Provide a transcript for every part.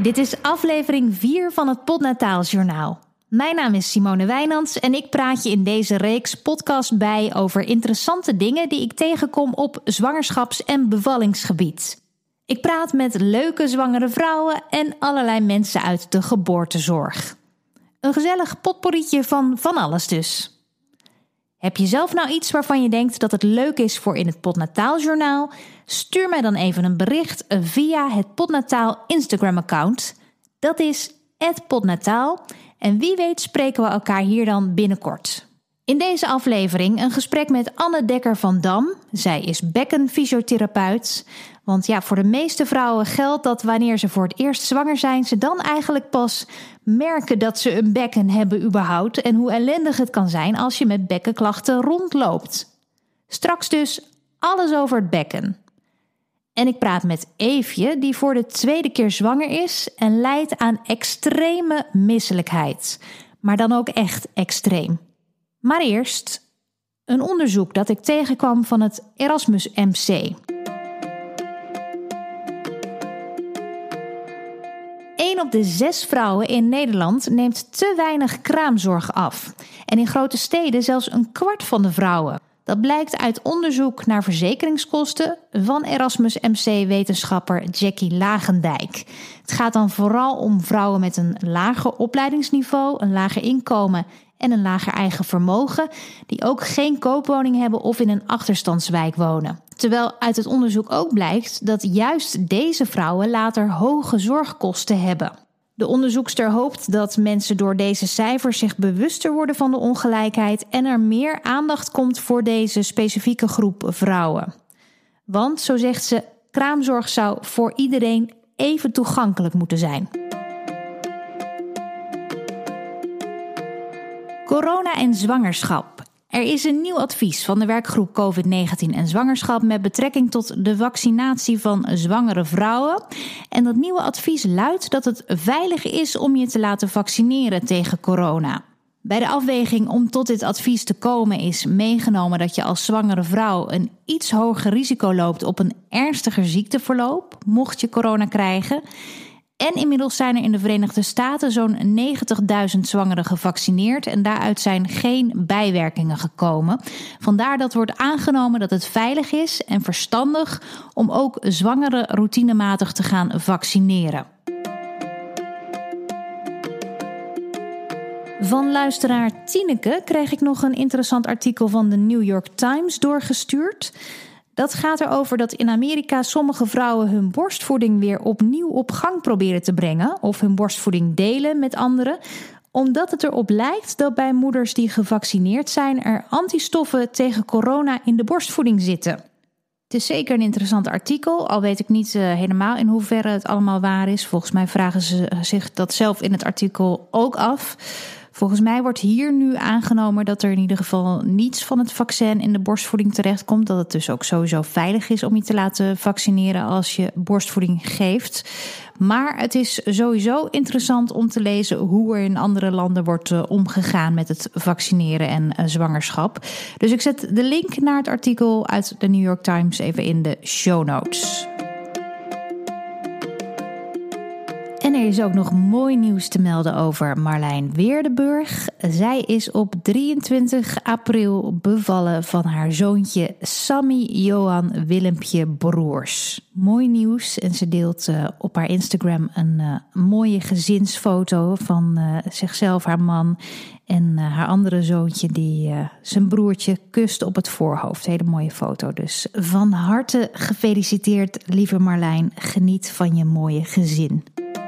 Dit is aflevering 4 van het Podnataaljournaal. Mijn naam is Simone Wijnands en ik praat je in deze reeks podcast bij over interessante dingen die ik tegenkom op zwangerschaps- en bevallingsgebied. Ik praat met leuke zwangere vrouwen en allerlei mensen uit de geboortezorg. Een gezellig potpourrietje van alles dus. Heb je zelf nou iets waarvan je denkt dat het leuk is voor in het Podnataaljournaal? Stuur mij dan even een bericht via het Podnataal Instagram-account. Dat is @podnataal. En wie weet spreken we elkaar hier dan binnenkort. In deze aflevering een gesprek met Anne Dekker van Dam. Zij is bekkenfysiotherapeut. Want ja, voor de meeste vrouwen geldt dat wanneer ze voor het eerst zwanger zijn, ze dan eigenlijk pas merken dat ze een bekken hebben überhaupt. En hoe ellendig het kan zijn als je met bekkenklachten rondloopt. Straks dus alles over het bekken. En ik praat met Eefje, die voor de tweede keer zwanger is en lijdt aan extreme misselijkheid. Maar dan ook echt extreem. Maar eerst een onderzoek dat ik tegenkwam van het Erasmus MC. 1 op de 6 vrouwen in Nederland neemt te weinig kraamzorg af. En in grote steden zelfs 1/4 van de vrouwen. Dat blijkt uit onderzoek naar verzekeringskosten van Erasmus MC-wetenschapper Jackie Lagendijk. Het gaat dan vooral om vrouwen met een lager opleidingsniveau, een lager inkomen en een lager eigen vermogen, die ook geen koopwoning hebben of in een achterstandswijk wonen. Terwijl uit het onderzoek ook blijkt dat juist deze vrouwen later hoge zorgkosten hebben. De onderzoekster hoopt dat mensen door deze cijfers zich bewuster worden van de ongelijkheid en er meer aandacht komt voor deze specifieke groep vrouwen. Want, zo zegt ze, kraamzorg zou voor iedereen even toegankelijk moeten zijn. Corona en zwangerschap. Er is een nieuw advies van de werkgroep COVID-19 en zwangerschap met betrekking tot de vaccinatie van zwangere vrouwen. En dat nieuwe advies luidt dat het veilig is om je te laten vaccineren tegen corona. Bij de afweging om tot dit advies te komen is meegenomen dat je als zwangere vrouw een iets hoger risico loopt op een ernstiger ziekteverloop, mocht je corona krijgen. En inmiddels zijn er in de Verenigde Staten zo'n 90.000 zwangeren gevaccineerd en daaruit zijn geen bijwerkingen gekomen. Vandaar dat wordt aangenomen dat het veilig is en verstandig om ook zwangeren routinematig te gaan vaccineren. Van luisteraar Tineke kreeg ik nog een interessant artikel van de New York Times doorgestuurd. Dat gaat erover dat in Amerika sommige vrouwen hun borstvoeding weer opnieuw op gang proberen te brengen of hun borstvoeding delen met anderen, omdat het erop lijkt dat bij moeders die gevaccineerd zijn er antistoffen tegen corona in de borstvoeding zitten. Het is zeker een interessant artikel, al weet ik niet helemaal in hoeverre het allemaal waar is. Volgens mij vragen ze zich dat zelf in het artikel ook af. Volgens mij wordt hier nu aangenomen dat er in ieder geval niets van het vaccin in de borstvoeding terechtkomt. Dat het dus ook sowieso veilig is om je te laten vaccineren als je borstvoeding geeft. Maar het is sowieso interessant om te lezen hoe er in andere landen wordt omgegaan met het vaccineren en zwangerschap. Dus ik zet de link naar het artikel uit de New York Times even in de show notes. En er is ook nog mooi nieuws te melden over Marlijn Weerdenburg. Zij is op 23 april bevallen van haar zoontje Sammy Johan Willempje Broers. Mooi nieuws en ze deelt op haar Instagram een mooie gezinsfoto van zichzelf, haar man en haar andere zoontje die zijn broertje kust op het voorhoofd. Hele mooie foto dus. Van harte gefeliciteerd, lieve Marlijn. Geniet van je mooie gezin.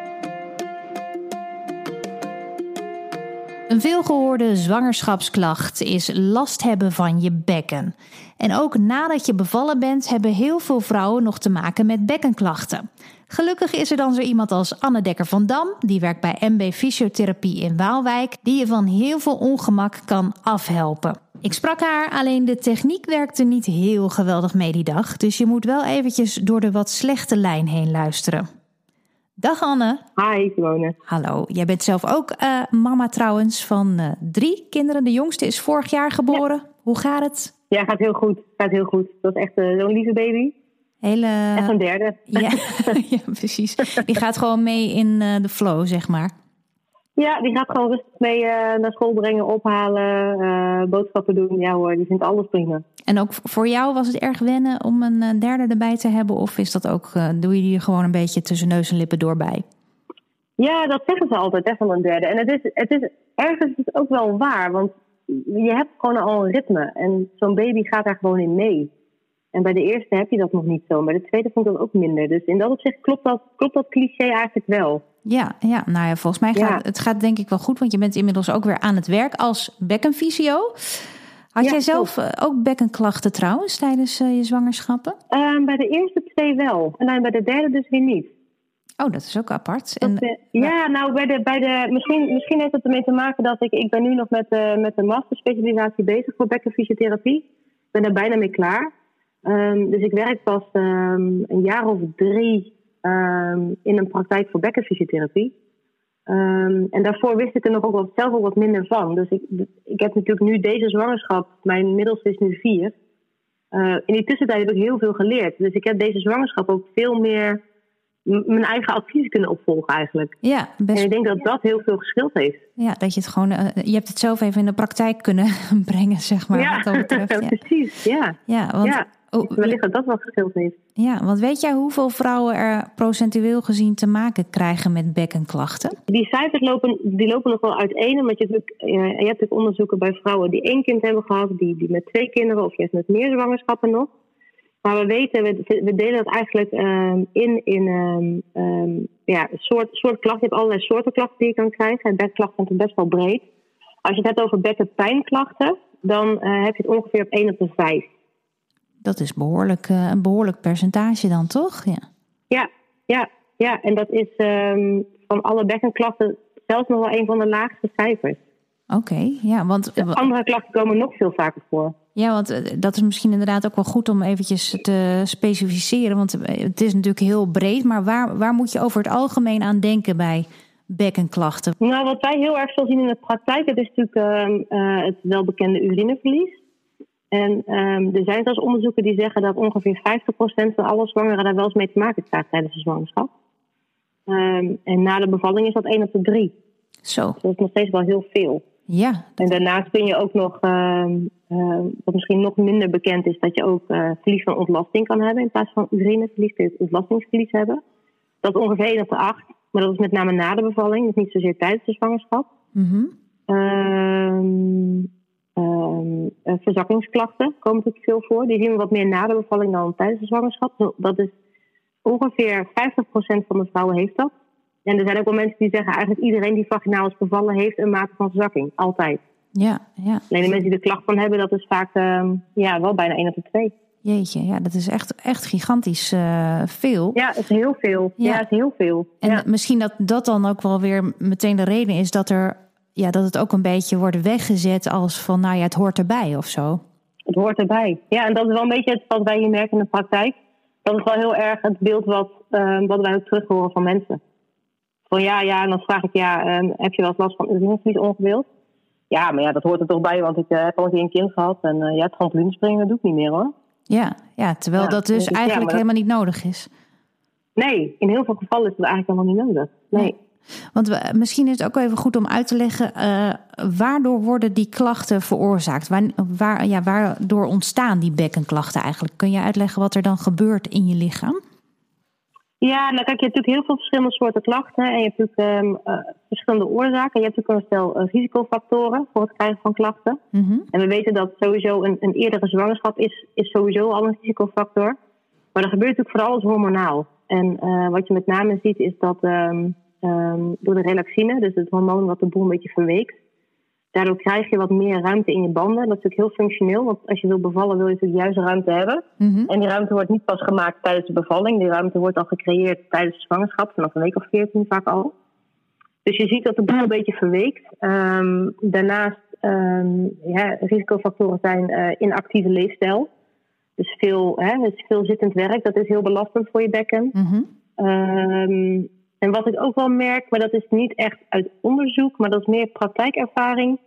Een veelgehoorde zwangerschapsklacht is last hebben van je bekken. En ook nadat je bevallen bent, hebben heel veel vrouwen nog te maken met bekkenklachten. Gelukkig is er dan zo iemand als Anne Dekker van Dam, die werkt bij MB Fysiotherapie in Waalwijk, die je van heel veel ongemak kan afhelpen. Ik sprak haar, alleen de techniek werkte niet heel geweldig mee die dag, dus je moet wel eventjes door de wat slechte lijn heen luisteren. Dag Anne. Hi Simone. Hallo, jij bent zelf ook mama trouwens van 3 kinderen. De jongste is vorig jaar geboren. Ja. Hoe gaat het? Ja, gaat heel goed. Dat is echt zo'n lieve baby. Echt een derde. Ja, ja, precies. Die gaat gewoon mee in de flow, zeg maar. Ja, die gaat gewoon rustig mee naar school brengen, ophalen, boodschappen doen. Ja hoor, die vindt alles prima. En ook voor jou was het erg wennen om een derde erbij te hebben? Of is dat ook, doe je die gewoon een beetje tussen neus en lippen door bij? Ja, dat zeggen ze altijd, van een derde. En het is ergens is het ook wel waar, want je hebt gewoon al een ritme. En zo'n baby gaat daar gewoon in mee. En bij de eerste heb je dat nog niet zo. Bij de tweede vond ik dat ook minder. Dus in dat opzicht klopt dat cliché eigenlijk wel. Ja, nou ja, volgens mij het gaat denk ik wel goed. Want je bent inmiddels ook weer aan het werk als bekkenfysio. Had jij zelf ook bekkenklachten trouwens tijdens je zwangerschappen? Bij de eerste 2 wel. En dan bij de derde dus weer niet. Oh, dat is ook apart. Misschien heeft het ermee te maken dat ik ben nu nog met de masterspecialisatie bezig voor bekkenfysiotherapie. Ik ben er bijna mee klaar. Dus ik werk pas een jaar of 3 in een praktijk voor bekkenfysiotherapie. En daarvoor wist ik er nog ook zelf ook wat minder van. Dus ik heb natuurlijk nu deze zwangerschap, mijn middelste is nu 4. In die tussentijd heb ik heel veel geleerd. Dus ik heb deze zwangerschap ook veel meer mijn eigen advies kunnen opvolgen eigenlijk. Ja, en ik denk dat dat heel veel geschild heeft. Ja, dat je het gewoon, je hebt het zelf even in de praktijk kunnen brengen, zeg maar. Ja, wat dat betreft. Ja. Precies, ja. Wellicht dat dat wel geschild heeft. Ja, want weet jij hoeveel vrouwen er procentueel gezien te maken krijgen met bekkenklachten? Die cijfers lopen nog wel uiteen. Want je hebt natuurlijk onderzoeken bij vrouwen die 1 kind hebben gehad, die met 2 kinderen of juist met meer zwangerschappen nog. Maar we weten, we delen dat eigenlijk in soort klachten. Je hebt allerlei soorten klachten die je kan krijgen. En bekkenklachten zijn best wel breed. Als je het hebt over bekkenpijnklachten, dan heb je het ongeveer op 1 op de 5. Dat is een behoorlijk percentage dan, toch? Ja. En dat is van alle bekkenklachten zelfs nog wel een van de laagste cijfers. Oké, ja, want de andere klachten komen nog veel vaker voor. Ja, want dat is misschien inderdaad ook wel goed om eventjes te specificeren. Want het is natuurlijk heel breed. Maar waar moet je over het algemeen aan denken bij bekkenklachten? Nou, wat wij heel erg veel zien in de praktijk, het is natuurlijk het welbekende urineverlies. En er zijn zelfs onderzoeken die zeggen dat ongeveer 50% van alle zwangeren daar wel eens mee te maken krijgt tijdens de zwangerschap. En na de bevalling is dat 1 op de 3. Zo. Dus dat is nog steeds wel heel veel. Ja. En daarnaast kun je ook nog, wat misschien nog minder bekend is, dat je ook verlies van ontlasting kan hebben. In plaats van urineverlies kun je ontlastingsverlies hebben. Dat is ongeveer 1 op de 8. Maar dat is met name na de bevalling, dus niet zozeer tijdens de zwangerschap. Mm-hmm. Verzakkingsklachten komen natuurlijk veel voor. Die zien we wat meer na de bevalling dan tijdens de zwangerschap. Dat is ongeveer 50% van de vrouwen heeft dat. En er zijn ook wel mensen die zeggen, eigenlijk iedereen die vaginaal is bevallen heeft een mate van verzakking. Altijd. Ja. Alleen de mensen die er klacht van hebben, dat is vaak wel bijna 1 op de 2. Jeetje, ja, dat is echt gigantisch veel. Ja, het is heel veel. Ja, het is heel veel. En misschien dat dan ook wel weer meteen de reden is dat het ook een beetje wordt weggezet als van, nou ja, het hoort erbij of zo. Het hoort erbij. Ja, en dat is wel een beetje wat wij hier merken in de praktijk. Dat is wel heel erg het beeld wat wij ook terug horen van mensen. Van en dan vraag ik, heb je wel eens last van urineverlies ongewild? Ja, maar dat hoort er toch bij, want ik heb al een keer een kind gehad. En trampolinespringen, dat doe ik niet meer hoor. Ja, terwijl dat dus eigenlijk helemaal niet nodig is. Nee, in heel veel gevallen is dat eigenlijk helemaal niet nodig. Nee. Want misschien is het ook even goed om uit te leggen, waardoor worden die klachten veroorzaakt? Waardoor ontstaan die bekkenklachten eigenlijk? Kun je uitleggen wat er dan gebeurt in je lichaam? Ja, nou kijk, je hebt natuurlijk heel veel verschillende soorten klachten. En je hebt natuurlijk verschillende oorzaken. Je hebt natuurlijk een stel risicofactoren voor het krijgen van klachten. Mm-hmm. En we weten dat sowieso een eerdere zwangerschap is sowieso al een risicofactor. Maar er gebeurt natuurlijk voor alles hormonaal. En wat je met name ziet is dat door de relaxine, dus het hormoon wat de boel een beetje verweekt, daardoor krijg je wat meer ruimte in je banden. Dat is natuurlijk heel functioneel, want als je wil bevallen wil je natuurlijk juist ruimte hebben. Mm-hmm. En die ruimte wordt niet pas gemaakt tijdens de bevalling. Die ruimte wordt al gecreëerd tijdens de zwangerschap, vanaf een week of 14 vaak al. Dus je ziet dat de boel een beetje verweekt. Daarnaast, risicofactoren zijn inactieve leefstijl. Dus veel zittend werk, dat is heel belastend voor je bekken. Mm-hmm. En wat ik ook wel merk, maar dat is niet echt uit onderzoek, maar dat is meer praktijkervaring,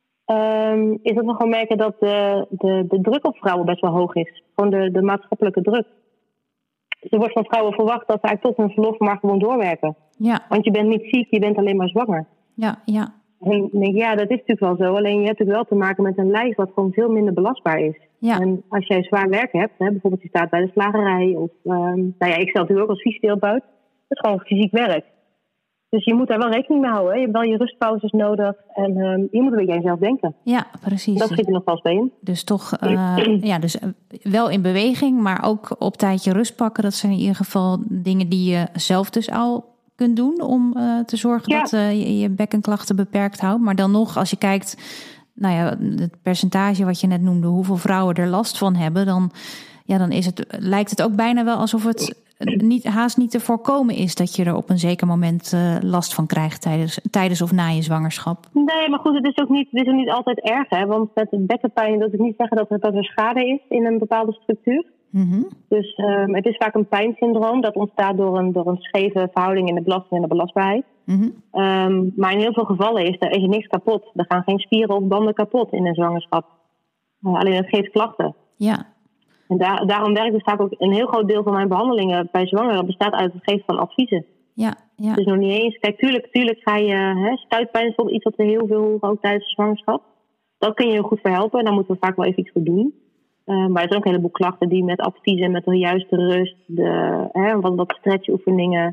is dat we gewoon merken dat de druk op vrouwen best wel hoog is. Gewoon de maatschappelijke druk. Dus er wordt van vrouwen verwacht dat ze eigenlijk tot hun verlof maar gewoon doorwerken. Ja. Want je bent niet ziek, je bent alleen maar zwanger. Ja, ja. En ik denk, ja, dat is natuurlijk wel zo. Alleen je hebt natuurlijk wel te maken met een lijf wat gewoon veel minder belastbaar is. Ja. En als jij zwaar werk hebt, bijvoorbeeld je staat bij de slagerij. Of ik stel natuurlijk ook als fysiotherapeut. Dat is gewoon fysiek werk. Dus je moet daar wel rekening mee houden. Hè. Je hebt wel je rustpauzes nodig. En je moet een beetje aan jezelf denken. Ja, precies. Dat schiet er nog vast bij in. Dus toch wel in beweging, maar ook op tijdje rust pakken. Dat zijn in ieder geval dingen die je zelf dus al kunt doen om te zorgen dat je bekkenklachten beperkt houdt. Maar dan nog, als je kijkt, het percentage wat je net noemde, hoeveel vrouwen er last van hebben, dan lijkt het ook bijna wel alsof het haast niet te voorkomen is dat je er op een zeker moment last van krijgt tijdens of na je zwangerschap. Nee, maar goed, het is ook niet altijd erg, hè? Want met bekkenpijn wil ik niet zeggen dat er schade is in een bepaalde structuur. Mm-hmm. Dus het is vaak een pijnsyndroom dat ontstaat door een scheve verhouding in de belasting en de belastbaarheid. Mm-hmm. Maar in heel veel gevallen is er niks kapot. Er gaan geen spieren of banden kapot in een zwangerschap. Alleen het geeft klachten. Ja. En daarom werkt dus vaak ook een heel groot deel van mijn behandelingen bij zwangeren bestaat uit het geven van adviezen. Ja, ja. Dus nog niet eens. Kijk, tuurlijk ga je stuitpijn is bijvoorbeeld iets wat we heel veel horen ook tijdens de zwangerschap. Dat kun je heel goed verhelpen. Daar moeten we vaak wel even iets voor doen. Maar er zijn ook een heleboel klachten die met adviezen, met de juiste rust, wat stretchoefeningen,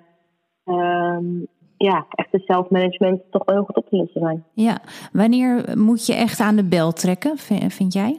echt het zelfmanagement toch wel heel goed op te lossen zijn. Ja, wanneer moet je echt aan de bel trekken, vind jij?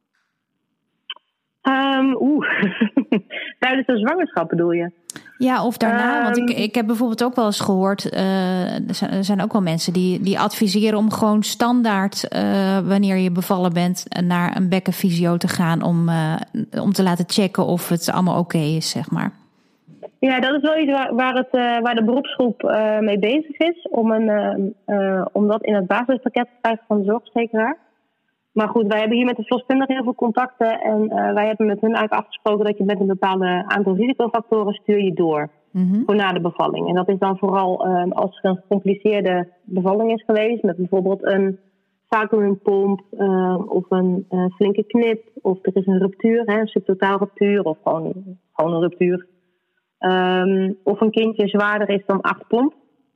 Tijdens de zwangerschap bedoel je? Ja, of daarna. Want ik heb bijvoorbeeld ook wel eens gehoord, er zijn ook wel mensen die adviseren om gewoon standaard, wanneer je bevallen bent, naar een bekkenfysio te gaan om te laten checken of het allemaal oké is, zeg maar. Ja, dat is wel iets waar de beroepsgroep mee bezig is, om dat in het basispakket te krijgen van de zorgverzekeraar. Maar goed, wij hebben hier met de verloskundige heel veel contacten. En wij hebben met hun eigenlijk afgesproken dat je met een bepaalde aantal risicofactoren stuur je door. Mm-hmm. Voor na de bevalling. En dat is dan vooral als er een gecompliceerde bevalling is geweest. Met bijvoorbeeld een vacuümpomp of een flinke knip. Of er is een ruptuur, een subtotaalruptuur of gewoon een ruptuur. Of een kindje zwaarder is dan 8 pond.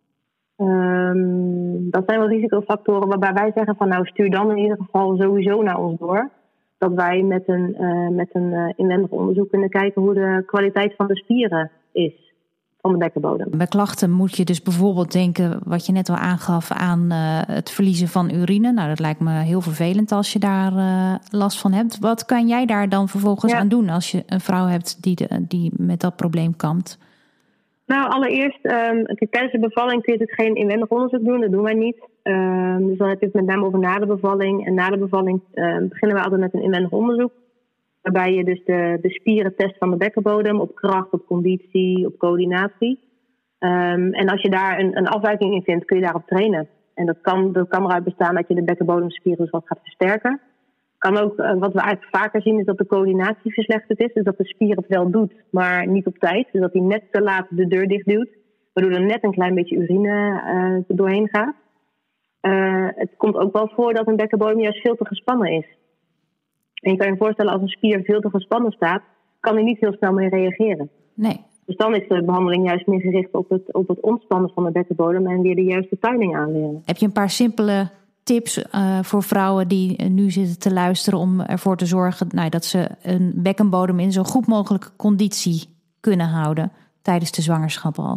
Dat zijn wel risicofactoren waarbij wij zeggen van stuur dan in ieder geval sowieso naar ons door. Dat wij met een inwendig onderzoek kunnen kijken hoe de kwaliteit van de spieren is van de bekkenbodem. Bij klachten moet je dus bijvoorbeeld denken, wat je net al aangaf, aan het verliezen van urine. Nou, dat lijkt me heel vervelend als je daar last van hebt. Wat kan jij daar dan vervolgens aan doen als je een vrouw hebt die met dat probleem kampt? Nou, allereerst, tijdens de bevalling kun je natuurlijk geen inwendig onderzoek doen. Dat doen wij niet. Dus dan heb je het met name over na de bevalling. En na de bevalling beginnen we altijd met een inwendig onderzoek. Waarbij je dus de spieren test van de bekkenbodem op kracht, op conditie, op coördinatie. En als je daar een afwijking in vindt, kun je daarop trainen. En dat kan eruit bestaan dat je de bekkenbodemspieren dus wat gaat versterken. Kan ook, wat we eigenlijk vaker zien, is dat de coördinatie verslechterd is. Dus dat de spier het wel doet, maar niet op tijd. Dus dat hij net te laat de deur dicht duwt. Waardoor er net een klein beetje urine doorheen gaat. Het komt ook wel voor dat een bekkenbodem juist veel te gespannen is. En je kan je voorstellen, als een spier veel te gespannen staat, kan hij niet heel snel meer reageren. Nee. Dus dan is de behandeling juist meer gericht op het ontspannen van de bekkenbodem en weer de juiste timing aanleren. Heb je een paar simpele tips voor vrouwen die nu zitten te luisteren om ervoor te zorgen dat ze een bekkenbodem in zo goed mogelijke conditie kunnen houden tijdens de zwangerschap al?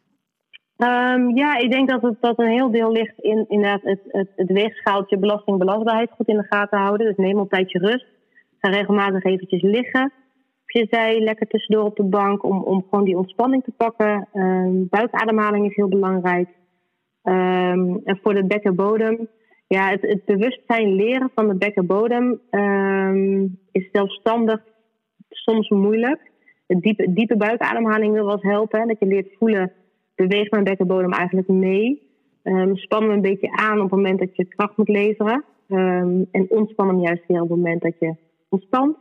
Ik denk dat een heel deel ligt in inderdaad het weegschaaltje belasting-belastbaarheid goed in de gaten houden. Dus neem op tijdje rust. Ga regelmatig eventjes liggen. Of je zei lekker tussendoor op de bank om gewoon die ontspanning te pakken. Buikademhaling is heel belangrijk. En voor de bekkenbodem, het bewustzijn leren van de bekkenbodem is zelfstandig soms moeilijk. Diepe buikademhaling wil wel eens helpen. Hè, dat je leert voelen, beweegt mijn bekkenbodem eigenlijk mee. Span hem een beetje aan op het moment dat je kracht moet leveren. En ontspan hem juist weer op het moment dat je ontspant.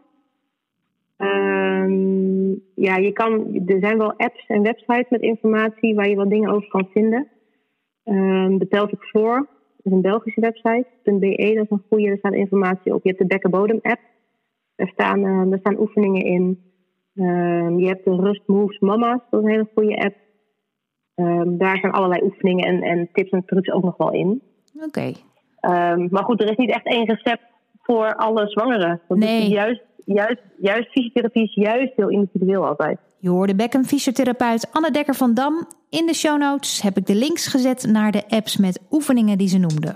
Er zijn wel apps en websites met informatie waar je wat dingen over kan vinden. De Pelvic Floor, dat is een Belgische website. .be, dat is een goede, daar staat informatie op. Je hebt de bekkenbodem app. Daar staan oefeningen in. Je hebt de Rust Moves Mama's, dat is een hele goede app. Daar zijn allerlei oefeningen en tips en trucs ook nog wel in. Oké. Maar goed, er is niet echt één recept voor alle zwangeren. Want Nee. Juist fysiotherapie is juist heel individueel altijd. Je hoorde bekkenfysiotherapeut Anne Dekker van Dam. In de show notes heb ik de links gezet naar de apps met oefeningen die ze noemde.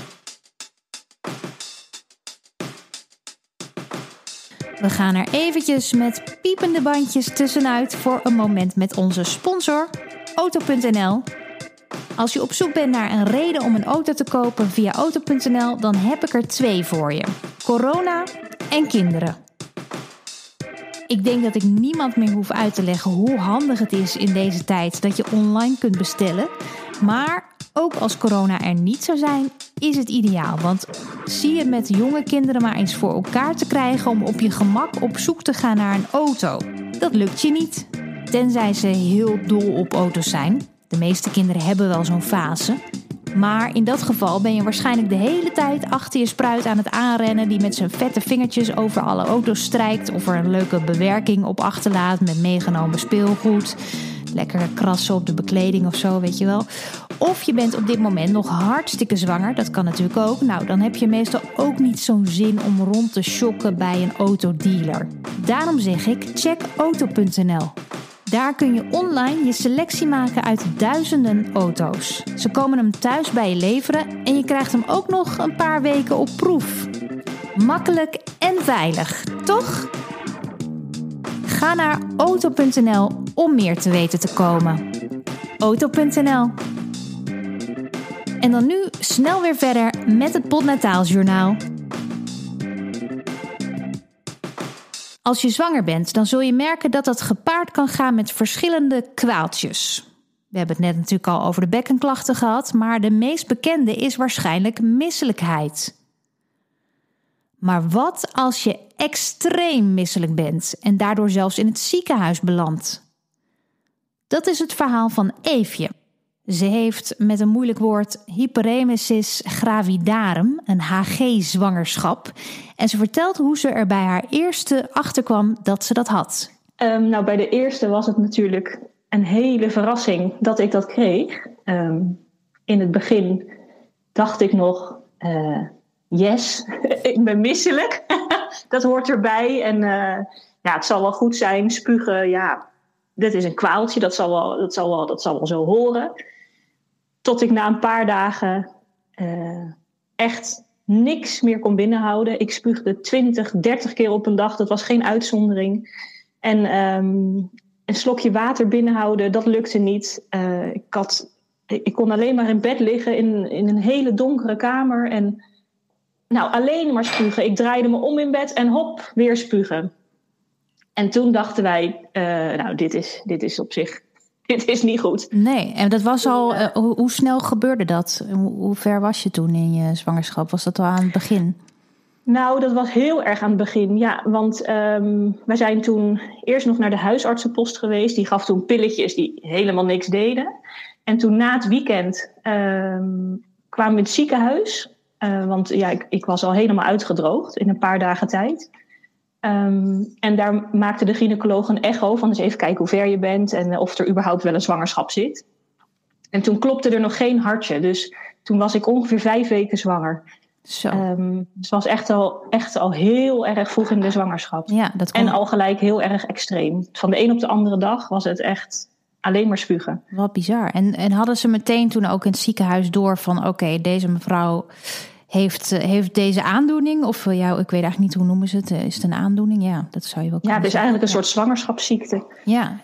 We gaan er eventjes met piepende bandjes tussenuit voor een moment met onze sponsor, Auto.nl. Als je op zoek bent naar een reden om een auto te kopen via Auto.nl, dan heb ik er 2 voor je. Corona en kinderen. Ik denk dat ik niemand meer hoef uit te leggen hoe handig het is in deze tijd dat je online kunt bestellen. Maar ook als corona er niet zou zijn, is het ideaal. Want zie je met jonge kinderen maar eens voor elkaar te krijgen om op je gemak op zoek te gaan naar een auto. Dat lukt je niet. Tenzij ze heel dol op auto's zijn. De meeste kinderen hebben wel zo'n fase. Maar in dat geval ben je waarschijnlijk de hele tijd achter je spruit aan het aanrennen die met zijn vette vingertjes over alle auto's strijkt of er een leuke bewerking op achterlaat met meegenomen speelgoed. Lekker krassen op de bekleding of zo, weet je wel. Of je bent op dit moment nog hartstikke zwanger, dat kan natuurlijk ook. Nou, dan heb je meestal ook niet zo'n zin om rond te shocken bij een autodealer. Daarom zeg ik, check auto.nl. Daar kun je online je selectie maken uit duizenden auto's. Ze komen hem thuis bij je leveren en je krijgt hem ook nog een paar weken op proef. Makkelijk en veilig, toch? Ga naar auto.nl om meer te weten te komen. Auto.nl. En dan nu snel weer verder met het Postnataalsjournaal. Als je zwanger bent, dan zul je merken dat dat gepaard kan gaan met verschillende kwaaltjes. We hebben het net natuurlijk al over de bekkenklachten gehad, maar de meest bekende is waarschijnlijk misselijkheid. Maar wat als je extreem misselijk bent en daardoor zelfs in het ziekenhuis belandt? Dat is het verhaal van Eefje. Ze heeft met een moeilijk woord hyperemesis gravidarum, een HG-zwangerschap. En ze vertelt hoe ze er bij haar eerste achterkwam dat ze dat had. Bij de eerste was het natuurlijk een hele verrassing dat ik dat kreeg. In het begin dacht ik nog, yes, ik ben misselijk. Dat hoort erbij. En het zal wel goed zijn. Spugen, dit is een kwaaltje. Dat zal wel zo horen. Tot ik na een paar dagen echt niks meer kon binnenhouden. Ik spuugde 20, 30 keer op een dag. Dat was geen uitzondering. En een slokje water binnenhouden, dat lukte niet. Ik kon alleen maar in bed liggen in een hele donkere kamer. En alleen maar spugen. Ik draaide me om in bed en hop, weer spugen. En toen dachten wij, dit is op zich... Dit is niet goed. Nee, en dat was al... hoe snel gebeurde dat? Hoe ver was je toen in je zwangerschap? Was dat al aan het begin? Nou, dat was heel erg aan het begin, ja. Want wij zijn toen eerst nog naar de huisartsenpost geweest. Die gaf toen pilletjes die helemaal niks deden. En toen na het weekend kwamen we in het ziekenhuis. Want ik was al helemaal uitgedroogd in een paar dagen tijd. En daar maakte de gynaecoloog een echo van eens even kijken hoe ver je bent en of er überhaupt wel een zwangerschap zit. En toen klopte er nog geen hartje, dus toen was ik ongeveer 5 weken zwanger. Zo. Dus het was echt al heel erg vroeg in de zwangerschap. Ja, en al gelijk heel erg extreem. Van de een op de andere dag was het echt alleen maar spugen. Wat bizar. En hadden ze meteen toen ook in het ziekenhuis door van oké, deze mevrouw heeft deze aandoening? Of ik weet eigenlijk niet, hoe noemen ze het? Is het een aandoening? Ja, dat zou je wel kunnen het is eigenlijk een soort zwangerschapsziekte. Ja.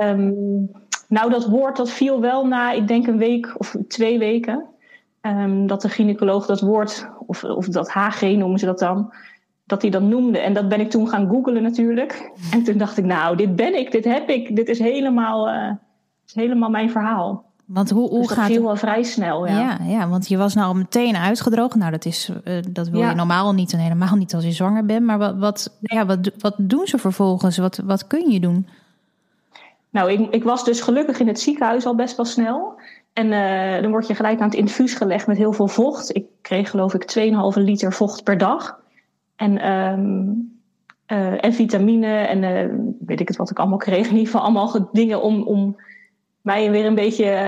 Dat woord dat viel wel na, ik denk een week of 2 weken. Dat de gynaecoloog dat woord, of dat HG noemen ze dat dan, dat hij dat noemde. En dat ben ik toen gaan googlen natuurlijk. En toen dacht ik, dit ben ik, dit heb ik. Dit is helemaal mijn verhaal. Want hoe dus dat gaat viel wel vrij snel, ja. Ja, want je was nou al meteen uitgedroogd. Nou, dat wil je normaal niet en helemaal niet als je zwanger bent. Maar wat doen ze vervolgens? Wat kun je doen? Nou, ik was dus gelukkig in het ziekenhuis al best wel snel. En dan word je gelijk aan het infuus gelegd met heel veel vocht. Ik kreeg geloof ik 2,5 liter vocht per dag. En En vitamine en weet ik het wat ik allemaal kreeg. In ieder geval allemaal dingen om mij weer een beetje,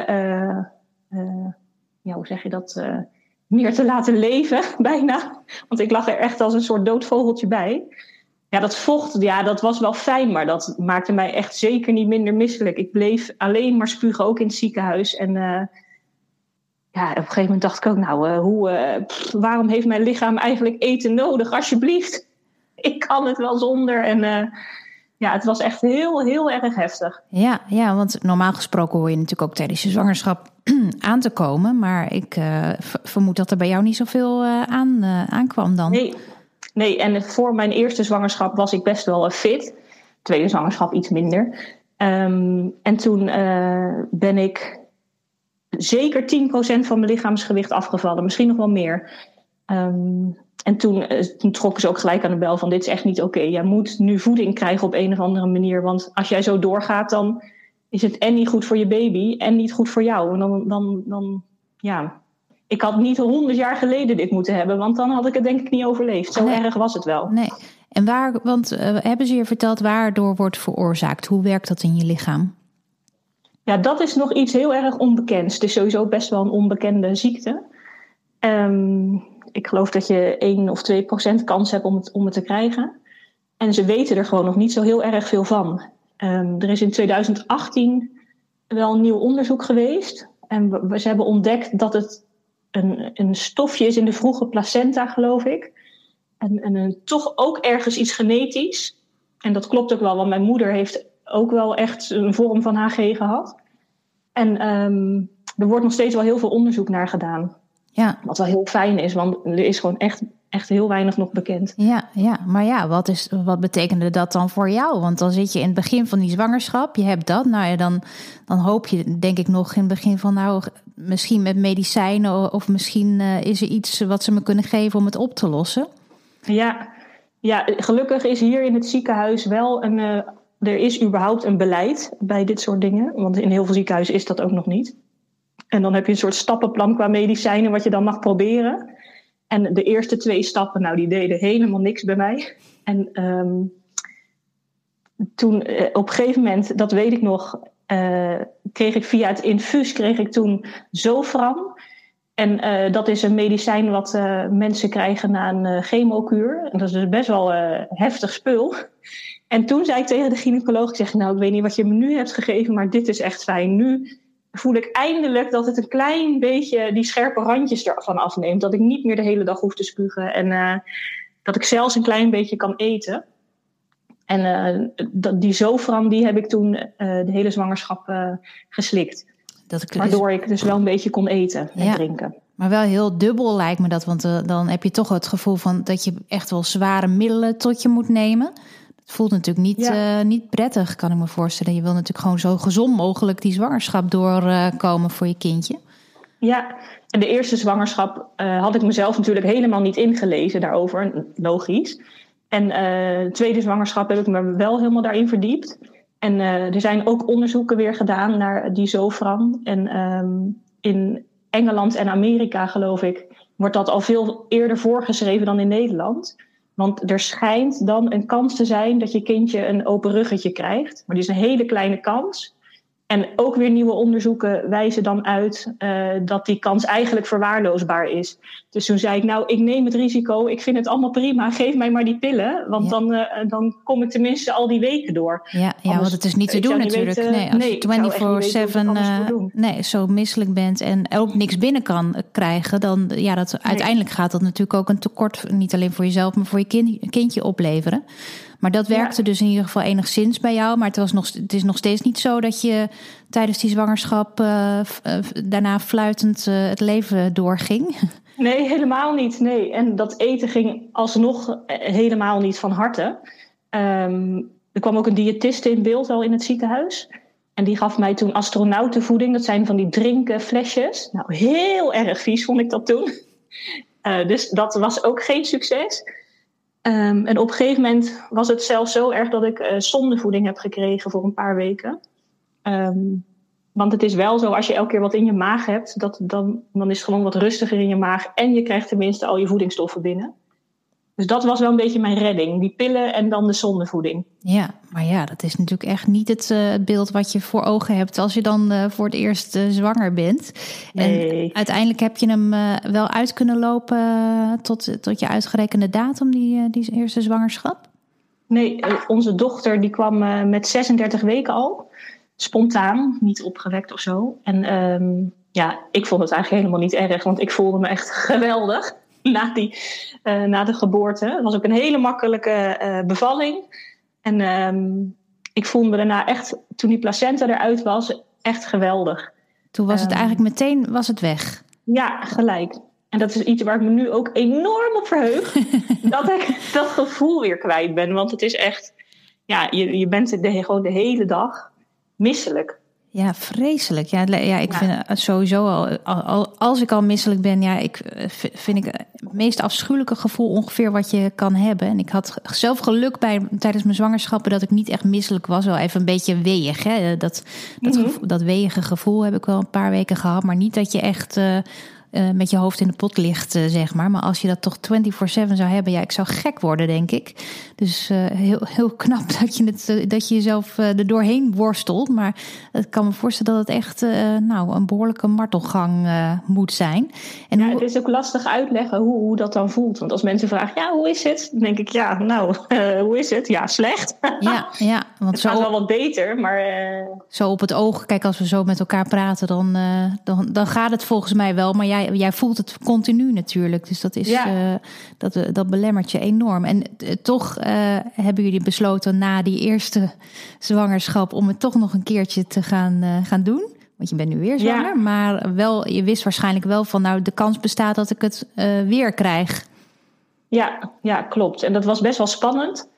hoe zeg je dat, meer te laten leven bijna. Want ik lag er echt als een soort doodvogeltje bij. Ja, dat vocht, dat was wel fijn, maar dat maakte mij echt zeker niet minder misselijk. Ik bleef alleen maar spugen, ook in het ziekenhuis. En op een gegeven moment dacht ik ook, waarom heeft mijn lichaam eigenlijk eten nodig? Alsjeblieft, ik kan het wel zonder. En het was echt heel, heel erg heftig. Ja, want normaal gesproken hoor je natuurlijk ook tijdens je zwangerschap aan te komen. Maar ik vermoed dat er bij jou niet zoveel aankwam dan. Nee, en voor mijn eerste zwangerschap was ik best wel fit. Tweede zwangerschap iets minder. En toen ben ik zeker 10% van mijn lichaamsgewicht afgevallen. Misschien nog wel meer. En toen trokken ze ook gelijk aan de bel van dit is echt niet oké. Jij moet nu voeding krijgen op een of andere manier. Want als jij zo doorgaat, dan is het en niet goed voor je baby en niet goed voor jou. En dan ik had niet 100 jaar geleden dit moeten hebben, want dan had ik het denk ik niet overleefd. Zo erg was het wel. Nee. En hebben ze je verteld waardoor wordt veroorzaakt? Hoe werkt dat in je lichaam? Ja, dat is nog iets heel erg onbekends. Het is sowieso best wel een onbekende ziekte. Ik geloof dat je 1 of 2% kans hebt om het te krijgen. En ze weten er gewoon nog niet zo heel erg veel van. Er is in 2018 wel een nieuw onderzoek geweest. En ze hebben ontdekt dat het een stofje is in de vroege placenta, geloof ik. En toch ook ergens iets genetisch. En dat klopt ook wel, want mijn moeder heeft ook wel echt een vorm van HG gehad. En er wordt nog steeds wel heel veel onderzoek naar gedaan. Ja. Wat wel heel fijn is, want er is gewoon echt heel weinig nog bekend. Ja, maar wat betekende dat dan voor jou? Want dan zit je in het begin van die zwangerschap, je hebt dat. Nou ja, dan hoop je denk ik nog in het begin van misschien met medicijnen of misschien is er iets wat ze me kunnen geven om het op te lossen. Ja, gelukkig is hier in het ziekenhuis wel er is überhaupt een beleid bij dit soort dingen. Want in heel veel ziekenhuizen is dat ook nog niet. En dan heb je een soort stappenplan qua medicijnen wat je dan mag proberen. En de eerste 2 stappen, die deden helemaal niks bij mij. En toen op een gegeven moment, dat weet ik nog, kreeg ik via het infuus toen Zofran. En dat is een medicijn wat mensen krijgen na een chemokuur. En dat is dus best wel heftig spul. En toen zei ik tegen de gynaecoloog, ik weet niet wat je me nu hebt gegeven, maar dit is echt fijn. Nu voel ik eindelijk dat het een klein beetje die scherpe randjes ervan afneemt. Dat ik niet meer de hele dag hoef te spugen. En dat ik zelfs een klein beetje kan eten. En die Zofran, die heb ik toen de hele zwangerschap geslikt. Waardoor ik dus wel een beetje kon eten en drinken. Maar wel heel dubbel lijkt me dat. Want dan heb je toch het gevoel van dat je echt wel zware middelen tot je moet nemen. Het voelt natuurlijk niet prettig, kan ik me voorstellen. Je wil natuurlijk gewoon zo gezond mogelijk die zwangerschap doorkomen voor je kindje. Ja, en de eerste zwangerschap had ik mezelf natuurlijk helemaal niet ingelezen daarover. Logisch. En de tweede zwangerschap heb ik me wel helemaal daarin verdiept. En er zijn ook onderzoeken weer gedaan naar die Zofran. En in Engeland en Amerika, geloof ik, wordt dat al veel eerder voorgeschreven dan in Nederland. Want er schijnt dan een kans te zijn dat je kindje een open ruggetje krijgt. Maar die is een hele kleine kans. En ook weer nieuwe onderzoeken wijzen dan uit dat die kans eigenlijk verwaarloosbaar is. Dus toen zei ik, ik neem het risico. Ik vind het allemaal prima. Geef mij maar die pillen. Want dan kom ik tenminste al die weken door. Ja, want het is niet te doen natuurlijk. Als je 24/7 zo misselijk bent en ook niks binnen kan krijgen, dan uiteindelijk gaat dat natuurlijk ook een tekort, niet alleen voor jezelf, maar voor je kindje opleveren. Maar dat werkte dus in ieder geval enigszins bij jou. Maar het is nog steeds niet zo dat je tijdens die zwangerschap daarna fluitend het leven doorging. Nee, helemaal niet. Nee. En dat eten ging alsnog helemaal niet van harte. Er kwam ook een diëtiste in beeld al in het ziekenhuis. En die gaf mij toen astronautenvoeding. Dat zijn van die drinkenflesjes. Heel erg vies vond ik dat toen. Dus dat was ook geen succes. En op een gegeven moment was het zelfs zo erg dat ik zondevoeding heb gekregen voor een paar weken. Want het is wel zo, als je elke keer wat in je maag hebt, dan is het gewoon wat rustiger in je maag. En je krijgt tenminste al je voedingsstoffen binnen. Dus dat was wel een beetje mijn redding. Die pillen en dan de zondevoeding. Ja, maar ja, dat is natuurlijk echt niet het beeld wat je voor ogen hebt als je dan voor het eerst zwanger bent. Nee. En uiteindelijk heb je hem wel uit kunnen lopen tot je uitgerekende datum, die eerste zwangerschap? Nee, onze dochter die kwam met 36 weken al. Spontaan, niet opgewekt of zo. En ik vond het eigenlijk helemaal niet erg, want ik voelde me echt geweldig na de geboorte. Het was ook een hele makkelijke bevalling. En ik voelde me daarna echt, toen die placenta eruit was, echt geweldig. Toen was het eigenlijk meteen weg. Ja, gelijk. En dat is iets waar ik me nu ook enorm op verheug. Dat ik dat gevoel weer kwijt ben. Want het is echt, je bent gewoon de hele dag misselijk. Ja, vreselijk. Ik vind het sowieso als ik al misselijk ben, vind ik het meest afschuwelijke gevoel ongeveer wat je kan hebben. En ik had zelf geluk tijdens mijn zwangerschappen dat ik niet echt misselijk was. Wel even een beetje weeig. Hè? Dat weeige gevoel heb ik wel een paar weken gehad. Maar niet dat je echt met je hoofd in de pot ligt, zeg maar. Maar als je dat toch 24/7 zou hebben, ik zou gek worden, denk ik. Dus heel, heel knap dat je jezelf er doorheen worstelt. Maar ik kan me voorstellen dat het echt een behoorlijke martelgang moet zijn. En het is ook lastig uitleggen hoe dat dan voelt. Want als mensen vragen, hoe is het? Dan denk ik, hoe is het? Ja, slecht. Ja, want het gaat wel wat beter, maar... Zo op het oog, kijk, als we zo met elkaar praten, dan gaat het volgens mij wel. Maar jij voelt het continu natuurlijk. Dus dat is dat belemmert je enorm. En toch hebben jullie besloten na die eerste zwangerschap om het toch nog een keertje te gaan doen. Want je bent nu weer zwanger. Ja. Maar je wist waarschijnlijk wel van de kans bestaat dat ik het weer krijg. Ja, klopt. En dat was best wel spannend.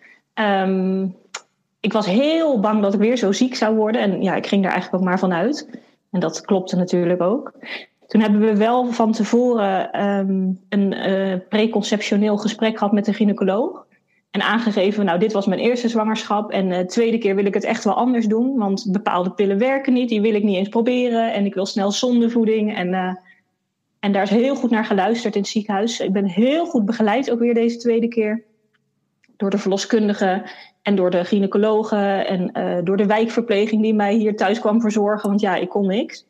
Ik was heel bang dat ik weer zo ziek zou worden. En ik ging daar eigenlijk ook maar van uit. En dat klopte natuurlijk ook. Toen hebben we wel van tevoren een preconceptioneel gesprek gehad met de gynaecoloog. En aangegeven, dit was mijn eerste zwangerschap. En de tweede keer wil ik het echt wel anders doen. Want bepaalde pillen werken niet, die wil ik niet eens proberen. En ik wil snel zondevoeding. En daar is heel goed naar geluisterd in het ziekenhuis. Ik ben heel goed begeleid, ook weer deze tweede keer. Door de verloskundige en door de gynaecologen. En door de wijkverpleging die mij hier thuis kwam verzorgen. Want ik kon niks.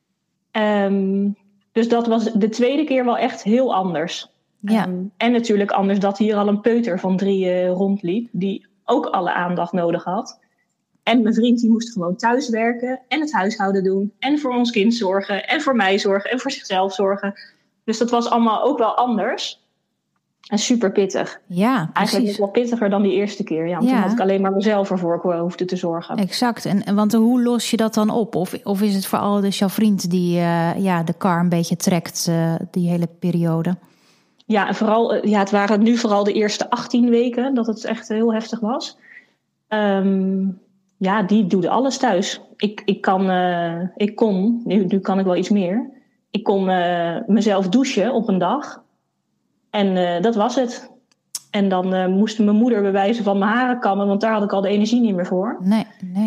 Dus dat was de tweede keer wel echt heel anders. Ja. En natuurlijk anders dat hier al een peuter van 3 rondliep. Die ook alle aandacht nodig had. En mijn vriend die moest gewoon thuis werken. En het huishouden doen. En voor ons kind zorgen. En voor mij zorgen. En voor zichzelf zorgen. Dus dat was allemaal ook wel anders. En super pittig. Ja, precies. Eigenlijk nog wel pittiger dan die eerste keer. Ja, want toen had ik alleen maar mezelf ervoor hoefde te zorgen. Exact. En want hoe los je dat dan op? Of is het vooral dus jouw vriend die de kar een beetje trekt die hele periode? Ja, en vooral, het waren nu vooral de eerste 18 weken dat het echt heel heftig was. Die doet alles thuis. Ik kon, nu kan ik wel iets meer. Ik kon mezelf douchen op een dag. En dat was het. En dan moest mijn moeder bewijzen van mijn haren kammen, want daar had ik al de energie niet meer voor. Nee.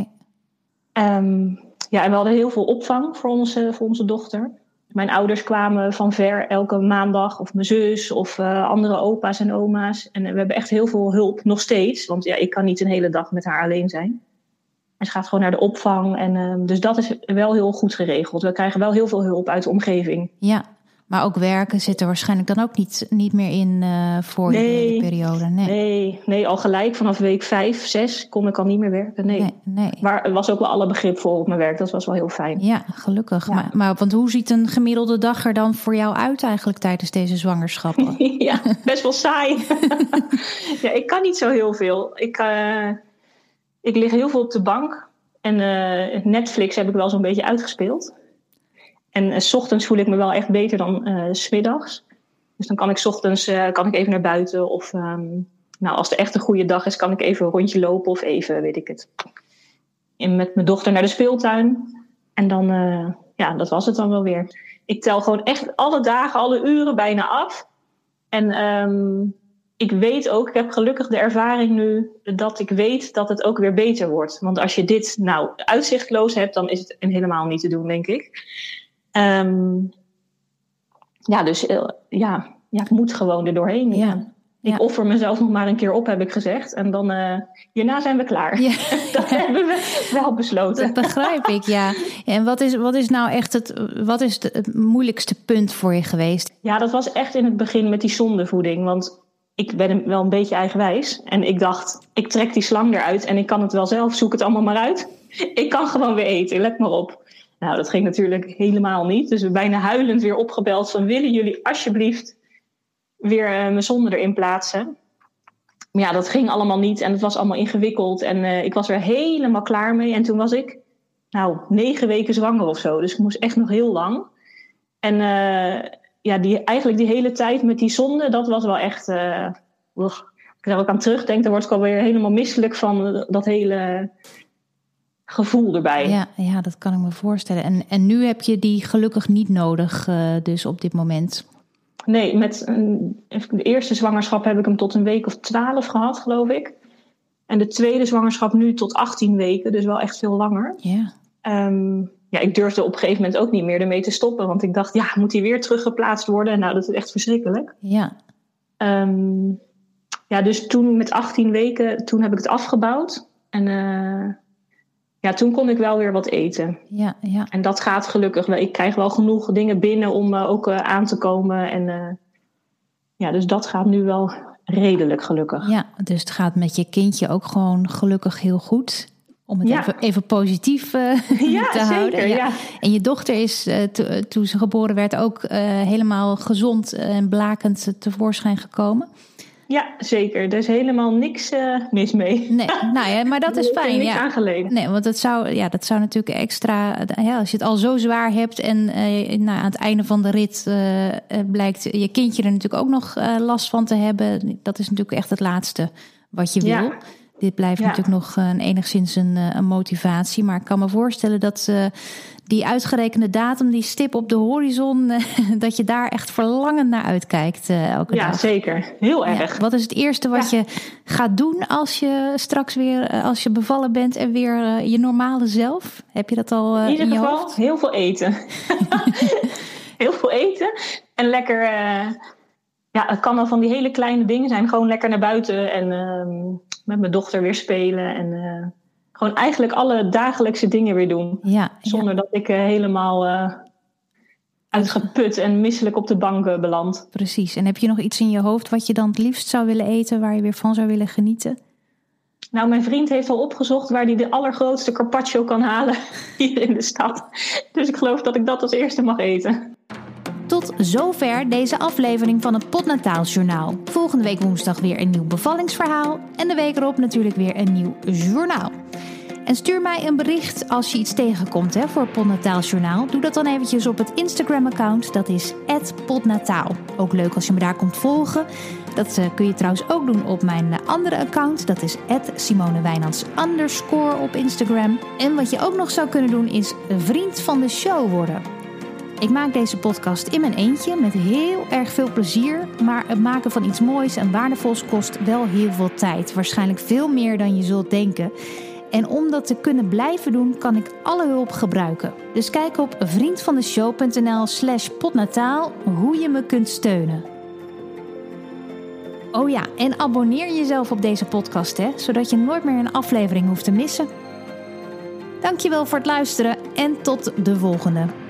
En we hadden heel veel opvang voor onze dochter. Mijn ouders kwamen van ver elke maandag, of mijn zus, of andere opa's en oma's. En we hebben echt heel veel hulp, nog steeds. Want ik kan niet een hele dag met haar alleen zijn. En ze gaat gewoon naar de opvang. En dus dat is wel heel goed geregeld. We krijgen wel heel veel hulp uit de omgeving. Ja. Maar ook werken zit er waarschijnlijk dan ook niet meer in voor de periode. Nee, al gelijk vanaf week 5, 6 kon ik al niet meer werken. Nee. Maar er was ook wel alle begrip voor op mijn werk. Dat was wel heel fijn. Ja, gelukkig. Ja. Maar want hoe ziet een gemiddelde dag er dan voor jou uit eigenlijk tijdens deze zwangerschappen? Ja, best wel saai. Ik kan niet zo heel veel. Ik lig heel veel op de bank. En Netflix heb ik wel zo'n beetje uitgespeeld. En 's ochtends voel ik me wel echt beter dan 's middags. Dus dan kan ik 's ochtends even naar buiten. Of als het echt een goede dag is, kan ik even een rondje lopen. Of even, weet ik het. En met mijn dochter naar de speeltuin. En dan, dat was het dan wel weer. Ik tel gewoon echt alle dagen, alle uren bijna af. En ik weet ook, ik heb gelukkig de ervaring nu, dat ik weet dat het ook weer beter wordt. Want als je dit uitzichtloos hebt, dan is het helemaal niet te doen, denk ik. Ik moet gewoon er doorheen. Ik offer mezelf nog maar een keer op, heb ik gezegd. En dan hierna zijn we klaar. Ja. Dat hebben we wel besloten. Dat begrijp ik, ja. En wat is nou echt het moeilijkste punt voor je geweest? Ja, dat was echt in het begin met die zondevoeding. Want ik ben wel een beetje eigenwijs. En ik dacht, ik trek die slang eruit en ik kan het wel zelf. Zoek het allemaal maar uit. Ik kan gewoon weer eten, let maar op. Nou, dat ging natuurlijk helemaal niet. Dus we bijna huilend weer opgebeld van... willen jullie alsjeblieft weer mijn zonde erin plaatsen? Maar ja, dat ging allemaal niet en het was allemaal ingewikkeld. En ik was er helemaal klaar mee. En toen was ik 9 weken zwanger of zo. Dus ik moest echt nog heel lang. En eigenlijk die hele tijd met die zonde, dat was wel echt... als ik daar ook aan terugdenk, dan word ik alweer helemaal misselijk van dat hele gevoel erbij. Ja, dat kan ik me voorstellen. En nu heb je die gelukkig niet nodig, dus op dit moment. Nee, met de eerste zwangerschap heb ik hem tot een week of 12 gehad, geloof ik. En de tweede zwangerschap nu tot 18 weken, dus wel echt veel langer. Ja. Ik durfde op een gegeven moment ook niet meer ermee te stoppen. Want ik dacht, moet hij weer teruggeplaatst worden? Nou, dat is echt verschrikkelijk. Ja. Dus toen met 18 weken, toen heb ik het afgebouwd. En toen kon ik wel weer wat eten. Ja. En dat gaat gelukkig. Ik krijg wel genoeg dingen binnen om ook aan te komen. En dus dat gaat nu wel redelijk gelukkig. Ja, dus het gaat met je kindje ook gewoon gelukkig heel goed. Om het even positief te houden. Zeker, ja. En je dochter is toen ze geboren werd ook helemaal gezond en blakend tevoorschijn gekomen. Ja, zeker. Er is helemaal niks mis mee. Nee, maar dat is fijn. Niks aangeleden. Nee, want dat zou natuurlijk extra... als je het al zo zwaar hebt en aan het einde van de rit blijkt je kindje er natuurlijk ook nog last van te hebben. Dat is natuurlijk echt het laatste wat je wil. Ja. Dit blijft natuurlijk nog enigszins een motivatie. Maar ik kan me voorstellen dat die uitgerekende datum, die stip op de horizon, dat je daar echt verlangend naar uitkijkt elke dag. Ja, zeker. Heel erg. Wat is het eerste wat je gaat doen als je straks weer, als je bevallen bent en weer je normale zelf? Heb je dat al in je hoofd? In ieder geval heel veel eten. Heel veel eten. En lekker... het kan al van die hele kleine dingen zijn. Gewoon lekker naar buiten en met mijn dochter weer spelen. En gewoon eigenlijk alle dagelijkse dingen weer doen. Zonder dat ik helemaal uitgeput en misselijk op de bank beland. Precies. En heb je nog iets in je hoofd wat je dan het liefst zou willen eten, waar je weer van zou willen genieten? Nou, mijn vriend heeft al opgezocht waar hij de allergrootste carpaccio kan halen hier in de stad. Dus ik geloof dat ik dat als eerste mag eten. Tot zover deze aflevering van het Podnataalsjournaal. Volgende week woensdag weer een nieuw bevallingsverhaal. En de week erop natuurlijk weer een nieuw journaal. En stuur mij een bericht als je iets tegenkomt voor het Podnataalsjournaal. Doe dat dan eventjes op het Instagram-account. Dat is @podnataal. Ook leuk als je me daar komt volgen. Dat kun je trouwens ook doen op mijn andere account. Dat is @SimoneWijnands_ op Instagram. En wat je ook nog zou kunnen doen is vriend van de show worden. Ik maak deze podcast in mijn eentje met heel erg veel plezier. Maar het maken van iets moois en waardevols kost wel heel veel tijd. Waarschijnlijk veel meer dan je zult denken. En om dat te kunnen blijven doen, kan ik alle hulp gebruiken. Dus kijk op vriendvandeshow.nl/podnataal hoe je me kunt steunen. Oh ja, en abonneer jezelf op deze podcast, zodat je nooit meer een aflevering hoeft te missen. Dankjewel voor het luisteren en tot de volgende.